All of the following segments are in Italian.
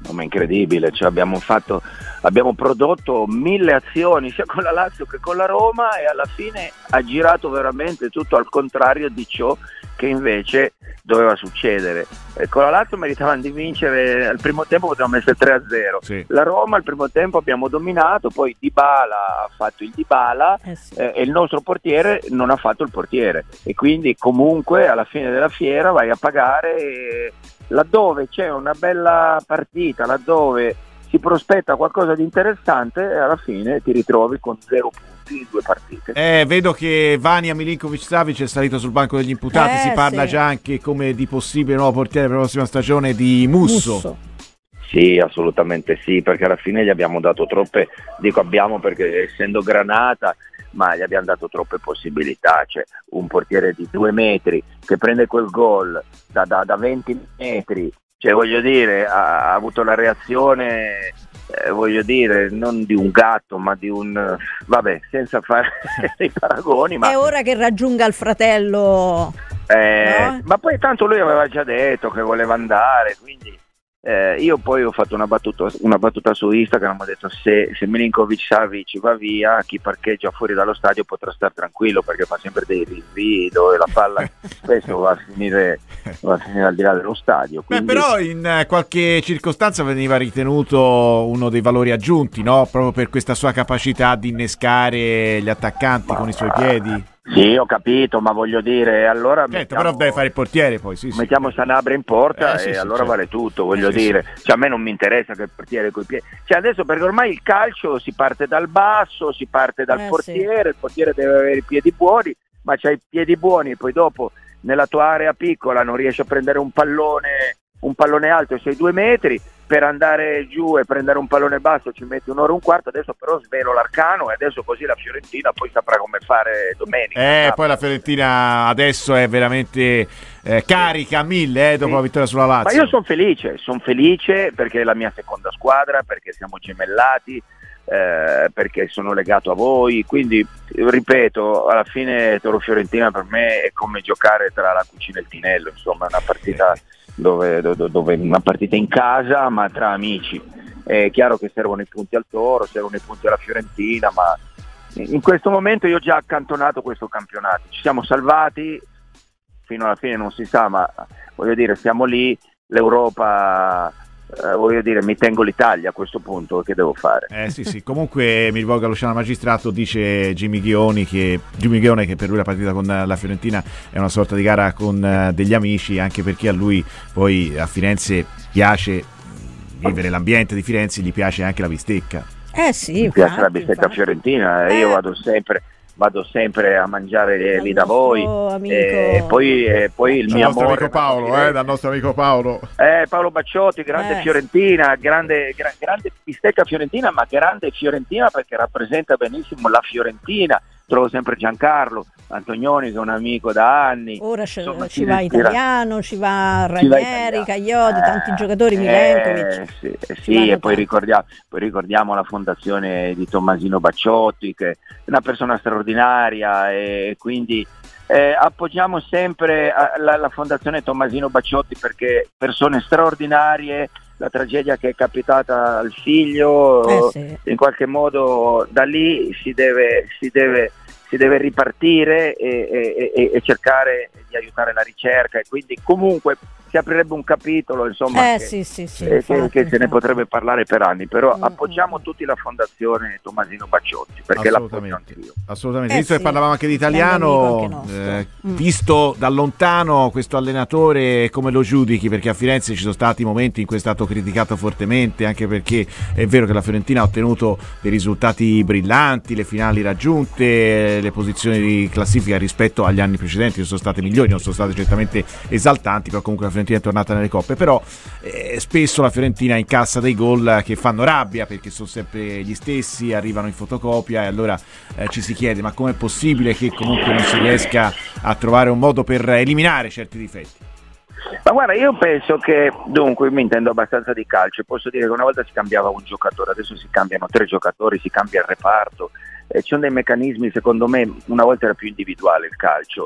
Ma incredibile, cioè abbiamo prodotto 1000 azioni sia con la Lazio che con la Roma e alla fine ha girato veramente tutto al contrario di ciò che invece doveva succedere. Con la Lazio meritavano di vincere, al primo tempo potevamo essere 3-0. Sì. La Roma al primo tempo abbiamo dominato, poi Dybala ha fatto il Dybala e il nostro portiere non ha fatto il portiere, e quindi comunque alla fine della fiera vai a pagare laddove c'è una bella partita, laddove si prospetta qualcosa di interessante, e alla fine ti ritrovi con 0 punti in 2 partite. Vedo che Vanja Milinković-Savić è salito sul banco degli imputati, si parla già anche come di possibile nuovo portiere per la prossima stagione di Musso. Sì, assolutamente sì, perché alla fine gli abbiamo dato troppe, perché essendo Granata, ma gli abbiamo dato troppe possibilità, cioè un portiere di 2 metri che prende quel gol da 20 metri, cioè voglio dire, ha avuto la reazione, voglio dire, non di un gatto, ma di un, vabbè, senza fare dei paragoni. Ma è ora che raggiunga il fratello. No? Ma poi tanto lui aveva già detto che voleva andare, quindi io poi ho fatto una battuta su Instagram, ho detto se Milinković-Savić va via, chi parcheggia fuori dallo stadio potrà stare tranquillo, perché fa sempre dei rinvii dove la palla spesso va a finire al di là dello stadio. Quindi... però in qualche circostanza veniva ritenuto uno dei valori aggiunti, no? Proprio per questa sua capacità di innescare gli attaccanti con i suoi piedi. Sì, ho capito, ma voglio dire, allora però deve fare il portiere poi, mettiamo Sanabria in porta sì, allora certo. Vale tutto, voglio dire. Cioè, a me non mi interessa che il portiere coi piedi, cioè adesso, perché ormai il calcio si parte dal basso, si parte dal portiere, il portiere deve avere i piedi buoni, ma c'hai i piedi buoni e poi dopo nella tua area piccola non riesci a prendere un pallone alto e sei 2 metri, per andare giù e prendere un pallone basso ci metti 1 ora e un quarto. Adesso però svelo l'arcano, e adesso così la Fiorentina poi saprà come fare domenica. Poi la Fiorentina adesso è veramente carica a 1000 dopo la vittoria sulla Lazio. Ma io sono felice perché è la mia seconda squadra, perché siamo gemellati, perché sono legato a voi, quindi ripeto, alla fine Toro Fiorentina per me è come giocare tra la cucina e il tinello, insomma è una partita dove una partita in casa ma tra amici. È chiaro che servono i punti al Toro, servono i punti alla Fiorentina, ma in questo momento io ho già accantonato questo campionato, ci siamo salvati, fino alla fine non si sa, ma voglio dire siamo lì, l'Europa, voglio dire, mi tengo l'Italia a questo punto, che devo fare? Sì, comunque mi rivolgo a Luciano Magistrato, dice Jimmy Ghione che per lui la partita con la Fiorentina è una sorta di gara con degli amici, anche perché a lui poi a Firenze piace vivere l'ambiente di Firenze, gli piace anche la bistecca. Sì, mi piace la bistecca fiorentina, io vado sempre a mangiare lì da voi, e poi il mio amore amico Paolo, dal nostro amico Paolo Bacciotti, grande Fiorentina, grande bistecca fiorentina, ma grande Fiorentina perché rappresenta benissimo la Fiorentina. Trovo sempre Giancarlo Antonioni, che è un amico da anni. Ora ci va Italiano, ci va Ranieri, Cagliodi, tanti giocatori, Milenkovic. Sì, e poi ricordiamo la fondazione di Tommasino Bacciotti, che è una persona straordinaria, e quindi appoggiamo sempre la fondazione Tommasino Bacciotti, perché persone straordinarie. La tragedia che è capitata al figlio, in qualche modo da lì si deve ripartire e cercare di aiutare la ricerca, e quindi comunque si aprirebbe un capitolo, insomma, che se ne potrebbe parlare per anni, però appoggiamo tutti la fondazione Tommasino Bacciotti, perché l'appoggio anch'io. Assolutamente, visto che parlavamo anche di Italiano, visto da lontano questo allenatore, come lo giudichi? Perché a Firenze ci sono stati momenti in cui è stato criticato fortemente, anche perché è vero che la Fiorentina ha ottenuto dei risultati brillanti, le finali raggiunte, le posizioni di classifica rispetto agli anni precedenti sono state migliori, non sono state certamente esaltanti, però comunque la Fiorentina è tornata nelle coppe. Però spesso la Fiorentina incassa dei gol che fanno rabbia, perché sono sempre gli stessi, arrivano in fotocopia, e allora ci si chiede: ma com'è possibile che comunque non si riesca a trovare un modo per eliminare certi difetti? Ma guarda, io penso che, dunque, mi intendo abbastanza di calcio, posso dire che una volta si cambiava un giocatore, adesso si cambiano 3 giocatori, si cambia il reparto, ci sono dei meccanismi, secondo me una volta era più individuale il calcio,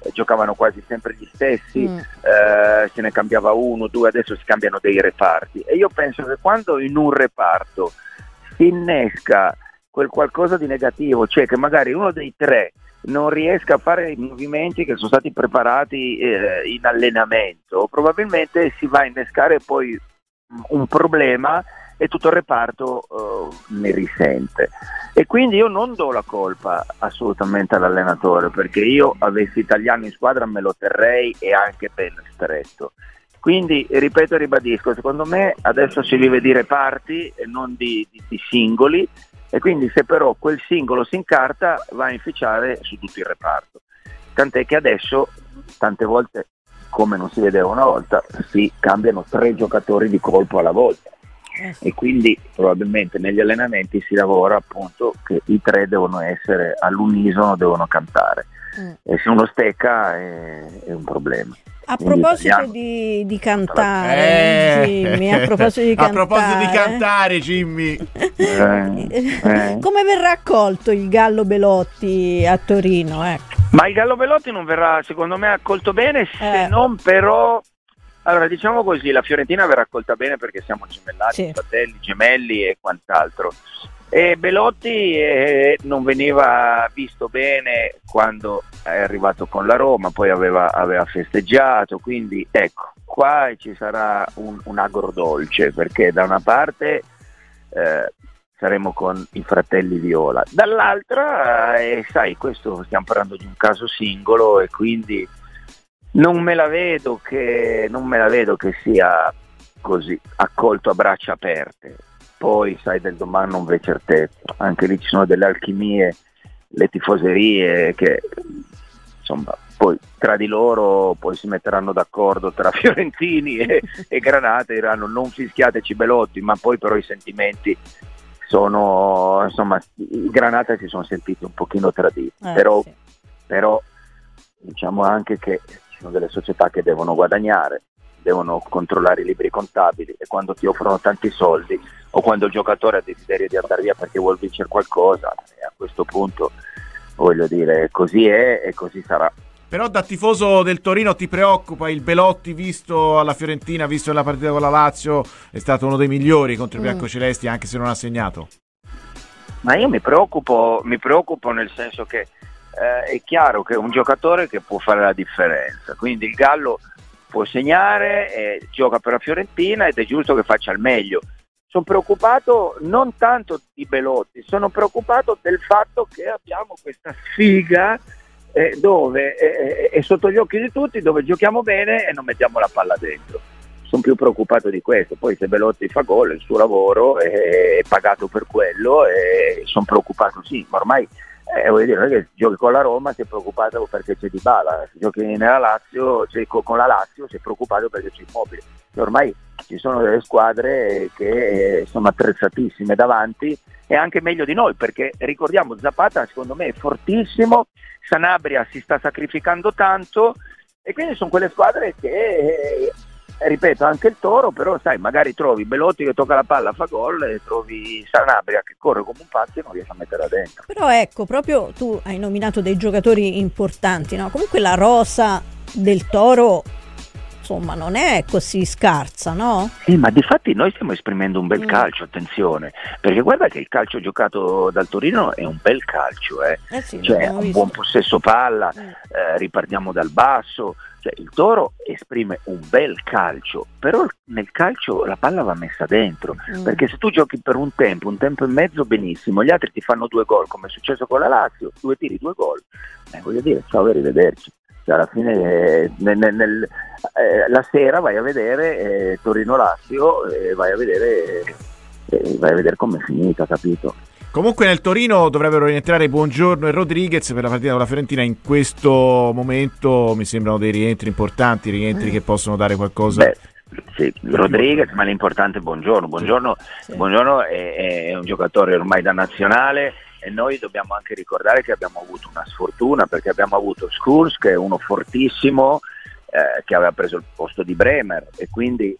giocavano quasi sempre gli stessi, se ne cambiava 1, 2, adesso si cambiano dei reparti, e io penso che quando in un reparto si innesca quel qualcosa di negativo, cioè che magari uno dei 3 non riesca a fare i movimenti che sono stati preparati in allenamento, probabilmente si va a innescare poi un problema e tutto il reparto ne risente. E quindi io non do la colpa assolutamente all'allenatore, perché io avessi Italiano in squadra me lo terrei, e anche ben stretto. Quindi ripeto e ribadisco, secondo me adesso si vive di reparti e non di singoli, e quindi se però quel singolo si incarta va a inficiare su tutto il reparto. Tant'è che adesso tante volte, come non si vedeva una volta, si cambiano 3 giocatori di colpo alla volta, e quindi probabilmente negli allenamenti si lavora appunto che i 3 devono essere all'unisono, devono cantare, e se uno stecca è un problema. A proposito di cantare, Jimmy, a proposito di cantare, Jimmy, come verrà accolto il Gallo Belotti a Torino? Ecco. Ma il Gallo Belotti non verrà, secondo me, accolto bene, se non però, allora diciamo così, la Fiorentina verrà accolta bene perché siamo gemellati, fratelli, gemelli e quant'altro. E Belotti non veniva visto bene quando è arrivato con la Roma, poi aveva festeggiato, quindi ecco, qua ci sarà un agrodolce, perché da una parte saremo con i fratelli Viola, dall'altra sai, questo stiamo parlando di un caso singolo, e quindi non me la vedo che sia così accolto a braccia aperte. Poi sai, del domani non v'è certezza, anche lì ci sono delle alchimie, le tifoserie che insomma poi tra di loro poi si metteranno d'accordo tra fiorentini e granate, diranno non fischiateci Belotti, ma poi però i sentimenti sono, insomma, i granate si sono sentiti un pochino traditi, però diciamo anche che ci sono delle società che devono guadagnare, devono controllare i libri contabili, e quando ti offrono tanti soldi o quando il giocatore ha desiderio di andare via perché vuol vincere qualcosa, a questo punto voglio dire, così è e così sarà. Però da tifoso del Torino ti preoccupa il Belotti visto alla Fiorentina, visto nella partita con la Lazio? È stato uno dei migliori contro i biancocelesti, anche se non ha segnato. Ma io mi preoccupo nel senso che è chiaro che è un giocatore che può fare la differenza, quindi il Gallo può segnare, gioca per la Fiorentina ed è giusto che faccia il meglio. Sono preoccupato non tanto di Belotti, sono preoccupato del fatto che abbiamo questa sfiga dove è sotto gli occhi di tutti, dove giochiamo bene e non mettiamo la palla dentro. Sono più preoccupato di questo. Poi se Belotti fa gol, è il suo lavoro, è pagato per quello, e sono preoccupato sì, ma ormai voglio dire, non è che giochi con la Roma sei preoccupato perché c'è Dybala, se giochi nella Lazio, con la Lazio sei preoccupato perché c'è Immobile. E ormai ci sono delle squadre che sono attrezzatissime davanti, e anche meglio di noi, perché ricordiamo Zapata secondo me è fortissimo, Sanabria si sta sacrificando tanto, e quindi sono quelle squadre che ripeto, anche il Toro, però sai, magari trovi Belotti che tocca la palla, fa gol, e trovi Sanabria che corre come un pazzo e non riesce a metterla dentro. Però ecco, proprio tu hai nominato dei giocatori importanti, no? Comunque la rosa del Toro insomma non è così scarsa, no? Sì, ma difatti noi stiamo esprimendo un bel calcio, attenzione, perché guarda che il calcio giocato dal Torino è un bel calcio, cioè un buon possesso palla, ripartiamo dal basso, cioè il Toro esprime un bel calcio, però nel calcio la palla va messa dentro, perché se tu giochi per un tempo e mezzo benissimo, gli altri ti fanno 2 gol, come è successo con la Lazio, 2 tiri, 2 gol, voglio dire, ciao, arrivederci. Cioè, alla fine la sera vai a vedere Torino-Lazio, e vai a vedere com'è finita, capito? Comunque nel Torino dovrebbero rientrare Buongiorno e Rodriguez per la partita con la Fiorentina. In questo momento mi sembrano dei rientri importanti, rientri che possono dare qualcosa. Sì, Rodriguez, ma l'importante è Buongiorno. Buongiorno è un giocatore ormai da nazionale, e noi dobbiamo anche ricordare che abbiamo avuto una sfortuna, perché abbiamo avuto Schulz, che è uno fortissimo, che aveva preso il posto di Bremer, e quindi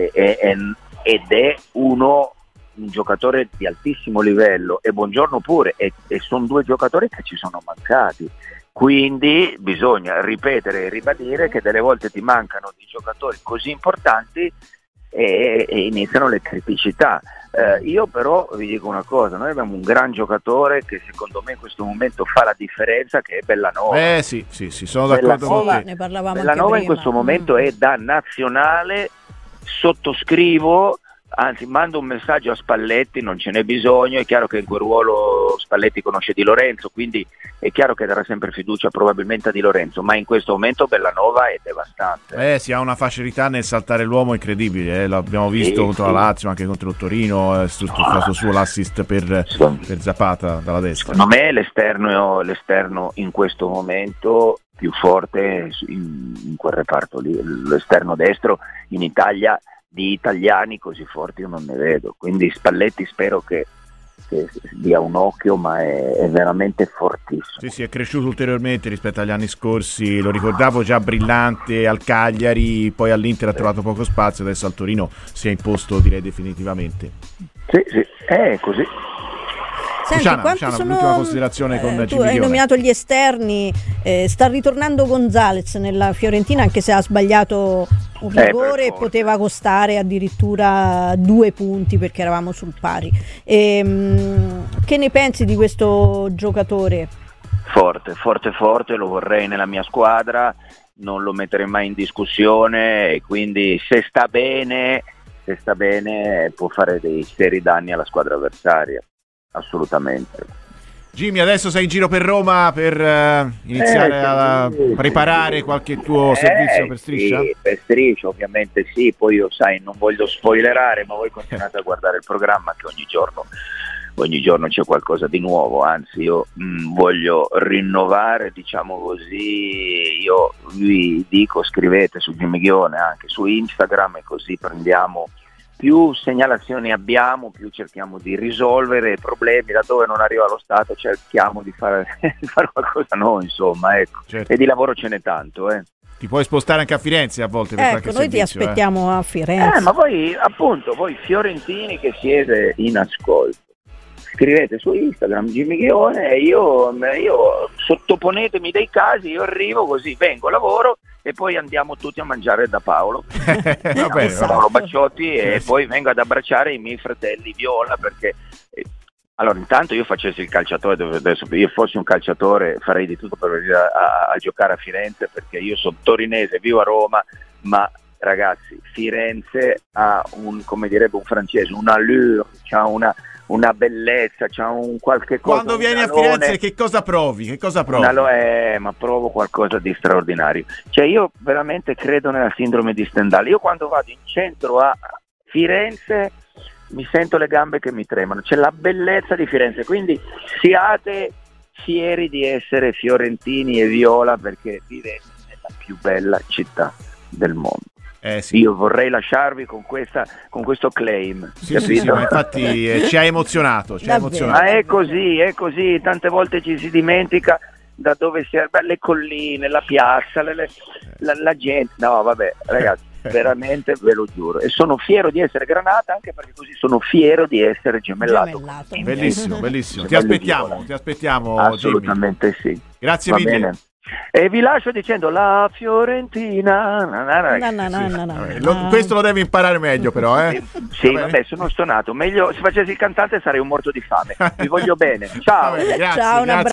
ed è un giocatore di altissimo livello, e Buongiorno pure, e sono 2 giocatori che ci sono mancati, Quindi bisogna ripetere e ribadire che delle volte ti mancano di giocatori così importanti e iniziano le criticità. Io però vi dico una cosa, noi abbiamo un gran giocatore che secondo me in questo momento fa la differenza, che è Bellanova. Sì, sono d'accordo con te. Ne parlavamo Bellanova anche in questo momento è da nazionale, sottoscrivo, anzi mando un messaggio a Spalletti, non ce n'è bisogno, è chiaro che in quel ruolo Spalletti conosce Di Lorenzo, quindi è chiaro che darà sempre fiducia probabilmente a Di Lorenzo, ma in questo momento Bellanova è devastante. Si ha una facilità nel saltare l'uomo incredibile, l'abbiamo visto contro la Lazio, anche contro il Torino, è stato suo l'assist per Zapata dalla destra. Secondo me l'esterno in questo momento più forte in quel reparto lì, l'esterno destro in Italia, di italiani così forti io non ne vedo, quindi Spalletti spero che dia un occhio, ma è veramente fortissimo. Sì, è cresciuto ulteriormente rispetto agli anni scorsi, lo ricordavo già brillante al Cagliari, poi all'Inter ha trovato poco spazio, adesso al Torino si è imposto direi definitivamente. Sì, è così. Senti, Luciana, l'ultima considerazione con tu hai nominato gli esterni, sta ritornando Gonzalez nella Fiorentina, anche se ha sbagliato un rigore e poteva costare addirittura 2 punti perché eravamo sul pari. Che ne pensi di questo giocatore? Forte, lo vorrei nella mia squadra, non lo metterei mai in discussione, e quindi se sta bene può fare dei seri danni alla squadra avversaria. Assolutamente. Jimmy, adesso sei in giro per Roma per iniziare a preparare qualche tuo servizio per Striscia? Sì, per Striscia ovviamente sì, poi io non voglio spoilerare, ma voi continuate a guardare il programma che ogni giorno c'è qualcosa di nuovo, anzi io voglio rinnovare, diciamo così, io vi dico scrivete su Jimmy Ghione anche su Instagram, e così prendiamo più segnalazioni abbiamo, più cerchiamo di risolvere problemi, da dove non arriva lo Stato cerchiamo di fare qualcosa noi, insomma, ecco. Certo. E di lavoro ce n'è tanto. Ti puoi spostare anche a Firenze a volte per qualche noi servizio, ti aspettiamo a Firenze. Ma voi fiorentini che siete in ascolto, scrivete su Instagram Jimmy Ghione e io sottoponetemi dei casi, io arrivo così, vengo, lavoro e poi andiamo tutti a mangiare da Paolo. Paolo Bacciotti, e poi vengo ad abbracciare i miei fratelli viola, perché allora intanto io facessi il calciatore, adesso io fossi un calciatore farei di tutto per venire a giocare a Firenze, perché io sono torinese, vivo a Roma, ma ragazzi Firenze ha come direbbe un francese, un allure, c'ha una bellezza, c'ha un qualche cosa. Quando vieni a Firenze che cosa provi? Ma provo qualcosa di straordinario. Cioè io veramente credo nella sindrome di Stendhal. Io quando vado in centro a Firenze mi sento le gambe che mi tremano. C'è la bellezza di Firenze, quindi siate fieri di essere fiorentini e viola, perché Firenze è la più bella città del mondo. Sì. Io vorrei lasciarvi con questo claim. Sì, ma infatti ci ha emozionato. Ma è così, tante volte ci si dimentica da dove si è, le colline, la piazza, la gente. No, vabbè, ragazzi, veramente ve lo giuro. E sono fiero di essere Granata, anche perché così sono fiero di essere gemellato. Bellissimo. Ti aspettiamo. Assolutamente Jimmy. Sì. Grazie Va mille. Bene. E vi lascio dicendo la Fiorentina. Questo lo devi imparare meglio, però. Sì, vabbè, sono stonato. Meglio se facessi il cantante sarei un morto di fame. Vi voglio bene. Ciao. Grazie, ciao, un abbraccio.